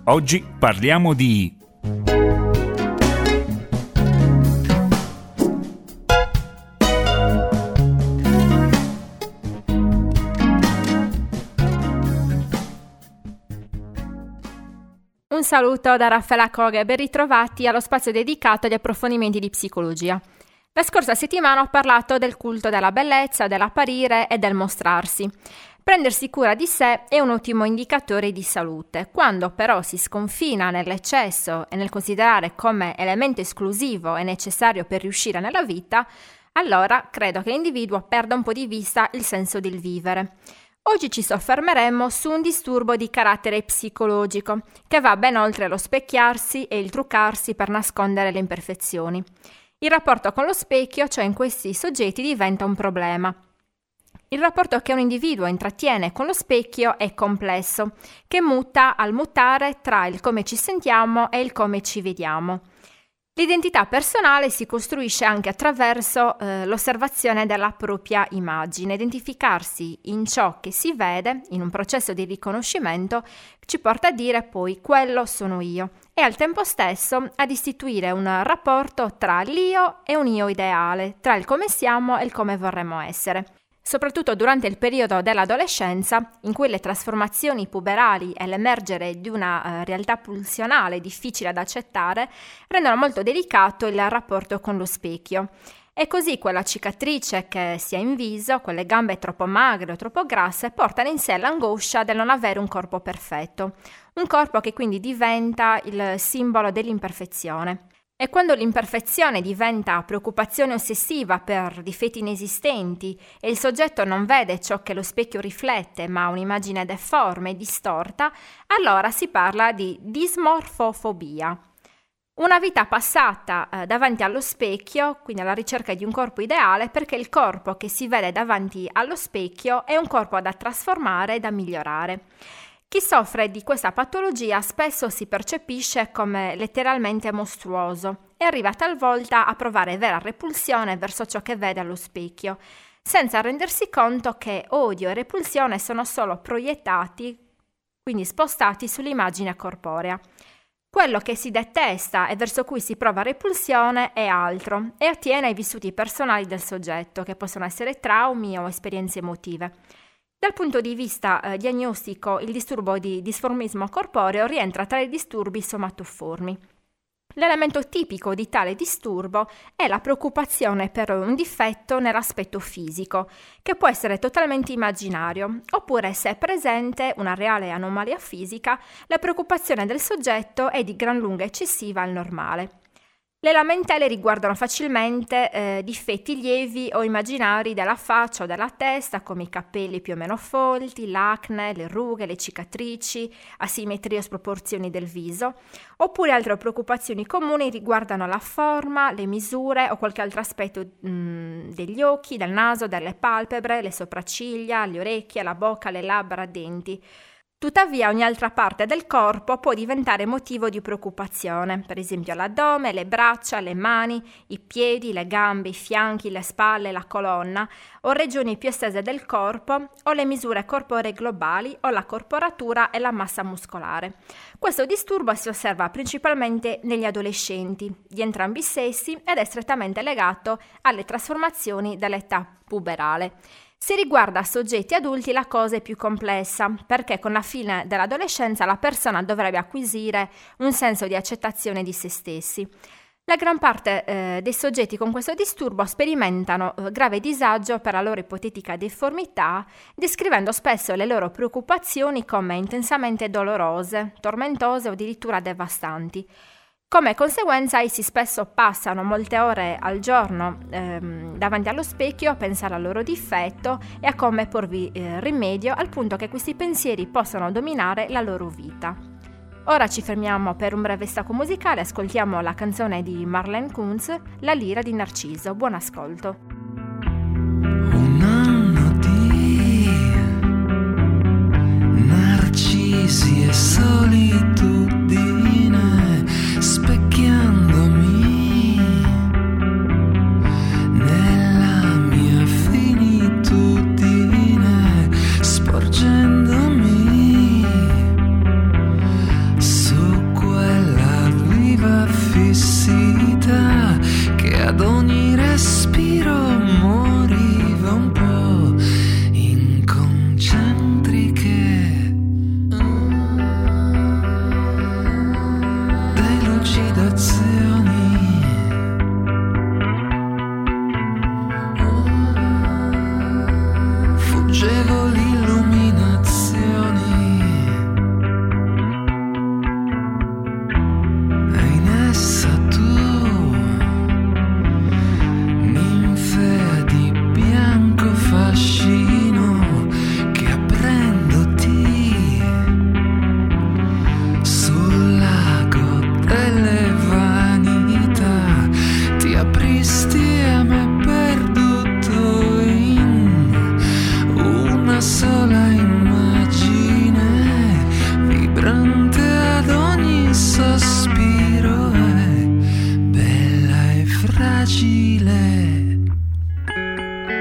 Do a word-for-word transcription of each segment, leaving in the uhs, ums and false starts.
Oggi parliamo di... Un saluto da Raffaella Koga e ben ritrovati allo spazio dedicato agli approfondimenti di psicologia. La scorsa settimana ho parlato del culto della bellezza, dell'apparire e del mostrarsi. Prendersi cura di sé è un ottimo indicatore di salute. Quando però si sconfina nell'eccesso e nel considerare come elemento esclusivo e necessario per riuscire nella vita, allora credo che l'individuo perda un po' di vista il senso del vivere. Oggi ci soffermeremo su un disturbo di carattere psicologico che va ben oltre lo specchiarsi e il truccarsi per nascondere le imperfezioni. Il rapporto con lo specchio, cioè in questi soggetti, diventa un problema. Il rapporto che un individuo intrattiene con lo specchio è complesso, che muta al mutare tra il come ci sentiamo e il come ci vediamo. L'identità personale si costruisce anche attraverso eh, l'osservazione della propria immagine. Identificarsi in ciò che si vede, in un processo di riconoscimento, ci porta a dire poi quello sono io e al tempo stesso ad istituire un rapporto tra l'io e un io ideale, tra il come siamo e il come vorremmo essere. Soprattutto durante il periodo dell'adolescenza, in cui le trasformazioni puberali e l'emergere di una uh, realtà pulsionale difficile da accettare rendono molto delicato il rapporto con lo specchio. E così quella cicatrice che si ha in viso, quelle gambe troppo magre o troppo grasse, portano in sé l'angoscia del non avere un corpo perfetto, un corpo che quindi diventa il simbolo dell'imperfezione. E quando l'imperfezione diventa preoccupazione ossessiva per difetti inesistenti e il soggetto non vede ciò che lo specchio riflette ma un'immagine deforme e distorta, allora si parla di dismorfofobia. Una vita passata eh, davanti allo specchio, quindi alla ricerca di un corpo ideale, perché il corpo che si vede davanti allo specchio è un corpo da trasformare e da migliorare. Chi soffre di questa patologia spesso si percepisce come letteralmente mostruoso e arriva talvolta a provare vera repulsione verso ciò che vede allo specchio, senza rendersi conto che odio e repulsione sono solo proiettati, quindi spostati sull'immagine corporea. Quello che si detesta e verso cui si prova repulsione è altro e attiene ai vissuti personali del soggetto, che possono essere traumi o esperienze emotive. Dal punto di vista eh, diagnostico, il disturbo di disformismo corporeo rientra tra i disturbi somatoformi. L'elemento tipico di tale disturbo è la preoccupazione per un difetto nell'aspetto fisico, che può essere totalmente immaginario, oppure se è presente una reale anomalia fisica, la preoccupazione del soggetto è di gran lunga eccessiva al normale. Le lamentele riguardano facilmente eh, difetti lievi o immaginari della faccia o della testa, come i capelli più o meno folti, l'acne, le rughe, le cicatrici, asimmetrie o sproporzioni del viso, oppure altre preoccupazioni comuni riguardano la forma, le misure o qualche altro aspetto mh, degli occhi, del naso, delle palpebre, le sopracciglia, le orecchie, la bocca, le labbra, denti. Tuttavia ogni altra parte del corpo può diventare motivo di preoccupazione, per esempio l'addome, le braccia, le mani, i piedi, le gambe, i fianchi, le spalle, la colonna, o regioni più estese del corpo, o le misure corporee globali, o la corporatura e la massa muscolare. Questo disturbo si osserva principalmente negli adolescenti, di entrambi i sessi, ed è strettamente legato alle trasformazioni dell'età puberale. Se riguarda soggetti adulti la cosa è più complessa, perché con la fine dell'adolescenza la persona dovrebbe acquisire un senso di accettazione di se stessi. La gran parte eh, dei soggetti con questo disturbo sperimentano eh, grave disagio per la loro ipotetica deformità, descrivendo spesso le loro preoccupazioni come intensamente dolorose, tormentose o addirittura devastanti. Come conseguenza essi spesso passano molte ore al giorno ehm, davanti allo specchio a pensare al loro difetto e a come porvi eh, rimedio, al punto che questi pensieri possano dominare la loro vita. Ora ci fermiamo per un breve stacco musicale, ascoltiamo la canzone di Marlene Kunz, La lira di Narciso. Buon ascolto. Un anno di narcisi e solitudine, specchiandomi nella mia finitudine, sporgendomi su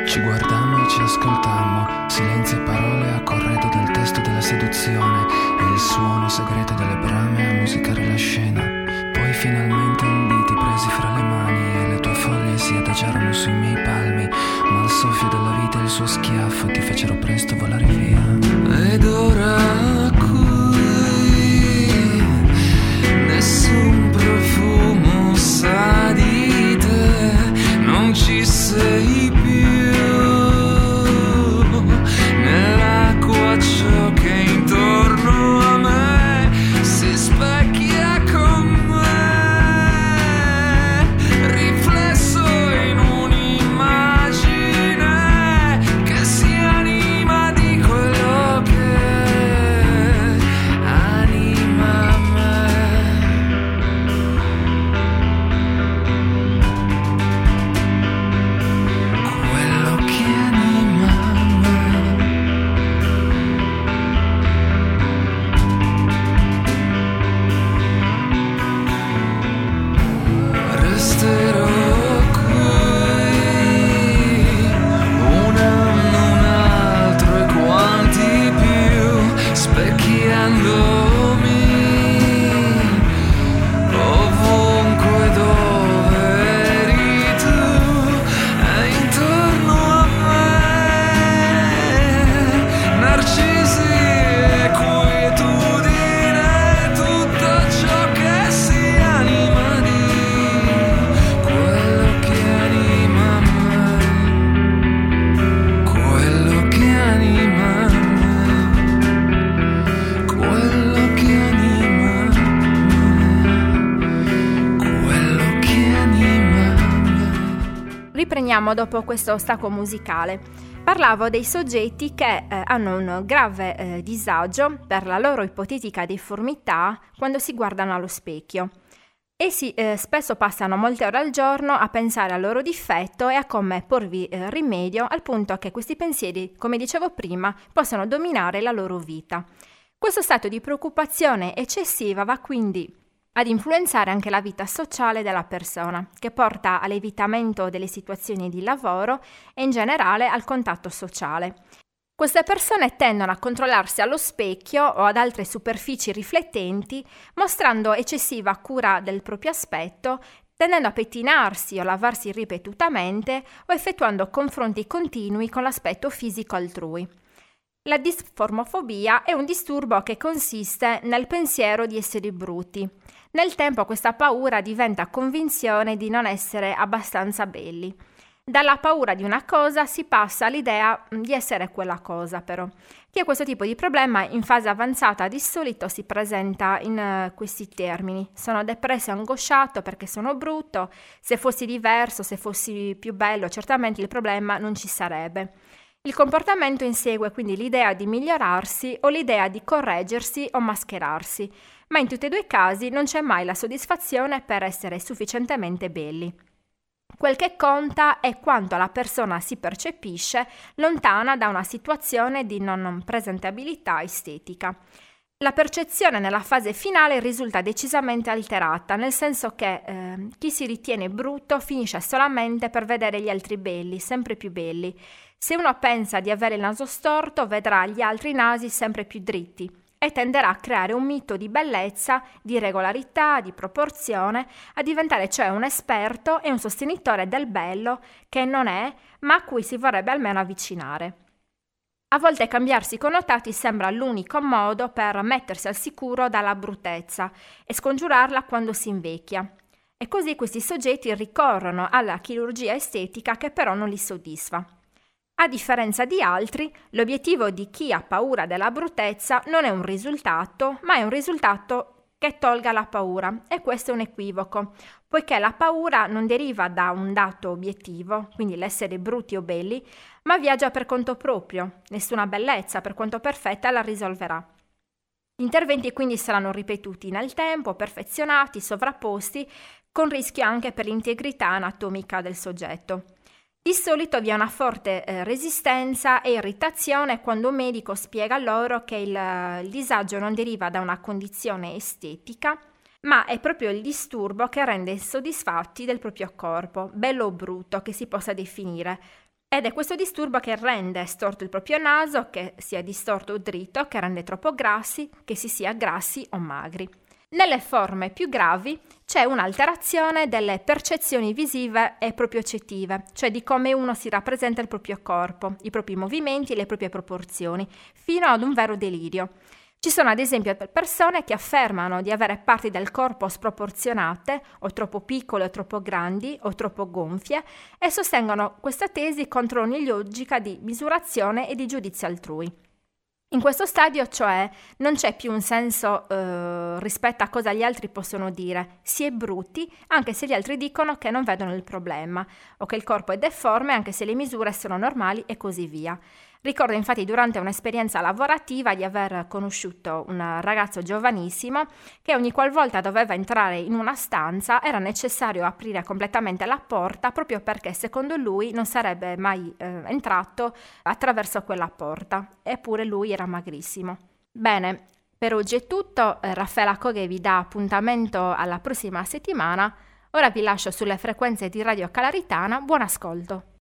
Ci guardammo e ci ascoltammo, silenzio e parole a corredo del testo della seduzione e il suono segreto delle brame a musicare la scena. Poi finalmente un dì presi fra le mani e le tue foglie si adagiarono sui miei palmi, ma il soffio della vita e il suo schiaffo ti fecero presto volare via. Ed ora qui nessun profumo sa di te, non ci sei più. Nell'acqua ciò che intorno a me si specchia con me, riflesso in un'immagine che si anima di quello che anima me. Quello che anima me. Resterò qui un anno, un altro e quanti più, specchiandomi ovunque dove eri tu e intorno a me narcisi e quietudine, tutto ciò che si anima di quello che anima me, quello che anima me, quello che anima me, quello che anima me. Riprendiamo dopo questo stacco musicale. Parlavo dei soggetti che eh, hanno un grave eh, disagio per la loro ipotetica deformità quando si guardano allo specchio. Essi eh, spesso passano molte ore al giorno a pensare al loro difetto e a come porvi eh, rimedio, al punto che questi pensieri, come dicevo prima, possono dominare la loro vita. Questo stato di preoccupazione eccessiva va quindi ad influenzare anche la vita sociale della persona, che porta all'evitamento delle situazioni di lavoro e in generale al contatto sociale. Queste persone tendono a controllarsi allo specchio o ad altre superfici riflettenti, mostrando eccessiva cura del proprio aspetto, tendendo a pettinarsi o lavarsi ripetutamente o effettuando confronti continui con l'aspetto fisico altrui. La disformofobia è un disturbo che consiste nel pensiero di essere brutti. Nel tempo questa paura diventa convinzione di non essere abbastanza belli. Dalla paura di una cosa si passa all'idea di essere quella cosa, però. Chi ha questo tipo di problema in fase avanzata di solito si presenta in uh, questi termini. Sono depresso e angosciato perché sono brutto, se fossi diverso, se fossi più bello, certamente il problema non ci sarebbe. Il comportamento insegue quindi l'idea di migliorarsi o l'idea di correggersi o mascherarsi, ma in tutti e due i casi non c'è mai la soddisfazione per essere sufficientemente belli. Quel che conta è quanto la persona si percepisce lontana da una situazione di non presentabilità estetica. La percezione nella fase finale risulta decisamente alterata, nel senso che eh, chi si ritiene brutto finisce solamente per vedere gli altri belli, sempre più belli. Se uno pensa di avere il naso storto, vedrà gli altri nasi sempre più dritti e tenderà a creare un mito di bellezza, di regolarità, di proporzione, a diventare cioè un esperto e un sostenitore del bello che non è, ma a cui si vorrebbe almeno avvicinare. A volte cambiarsi i connotati sembra l'unico modo per mettersi al sicuro dalla bruttezza e scongiurarla quando si invecchia. E così questi soggetti ricorrono alla chirurgia estetica che però non li soddisfa. A differenza di altri, l'obiettivo di chi ha paura della bruttezza non è un risultato, ma è un risultato che tolga la paura, e questo è un equivoco, poiché la paura non deriva da un dato obiettivo, quindi l'essere brutti o belli, ma viaggia per conto proprio. Nessuna bellezza, per quanto perfetta, la risolverà. Gli interventi quindi saranno ripetuti nel tempo, perfezionati, sovrapposti, con rischio anche per l'integrità anatomica del soggetto. Di solito vi è una forte eh, resistenza e irritazione quando un medico spiega loro che il, il disagio non deriva da una condizione estetica, ma è proprio il disturbo che rende insoddisfatti del proprio corpo, bello o brutto che si possa definire. Ed è questo disturbo che rende storto il proprio naso, che sia distorto o dritto, che rende troppo grassi, che si sia grassi o magri. Nelle forme più gravi c'è un'alterazione delle percezioni visive e propriocettive, cioè di come uno si rappresenta il proprio corpo, i propri movimenti e le proprie proporzioni, fino ad un vero delirio. Ci sono ad esempio persone che affermano di avere parti del corpo sproporzionate o troppo piccole o troppo grandi o troppo gonfie e sostengono questa tesi contro ogni logica di misurazione e di giudizio altrui. In questo stadio, cioè, non c'è più un senso eh, rispetto a cosa gli altri possono dire, si è brutti anche se gli altri dicono che non vedono il problema o che il corpo è deforme anche se le misure sono normali e così via. Ricordo infatti durante un'esperienza lavorativa di aver conosciuto un ragazzo giovanissimo che ogni qualvolta doveva entrare in una stanza era necessario aprire completamente la porta proprio perché secondo lui non sarebbe mai eh, entrato attraverso quella porta, eppure lui era magrissimo. Bene, per oggi è tutto, eh, Raffaella Coghe vi dà appuntamento alla prossima settimana, ora vi lascio sulle frequenze di Radio Calaritana, buon ascolto.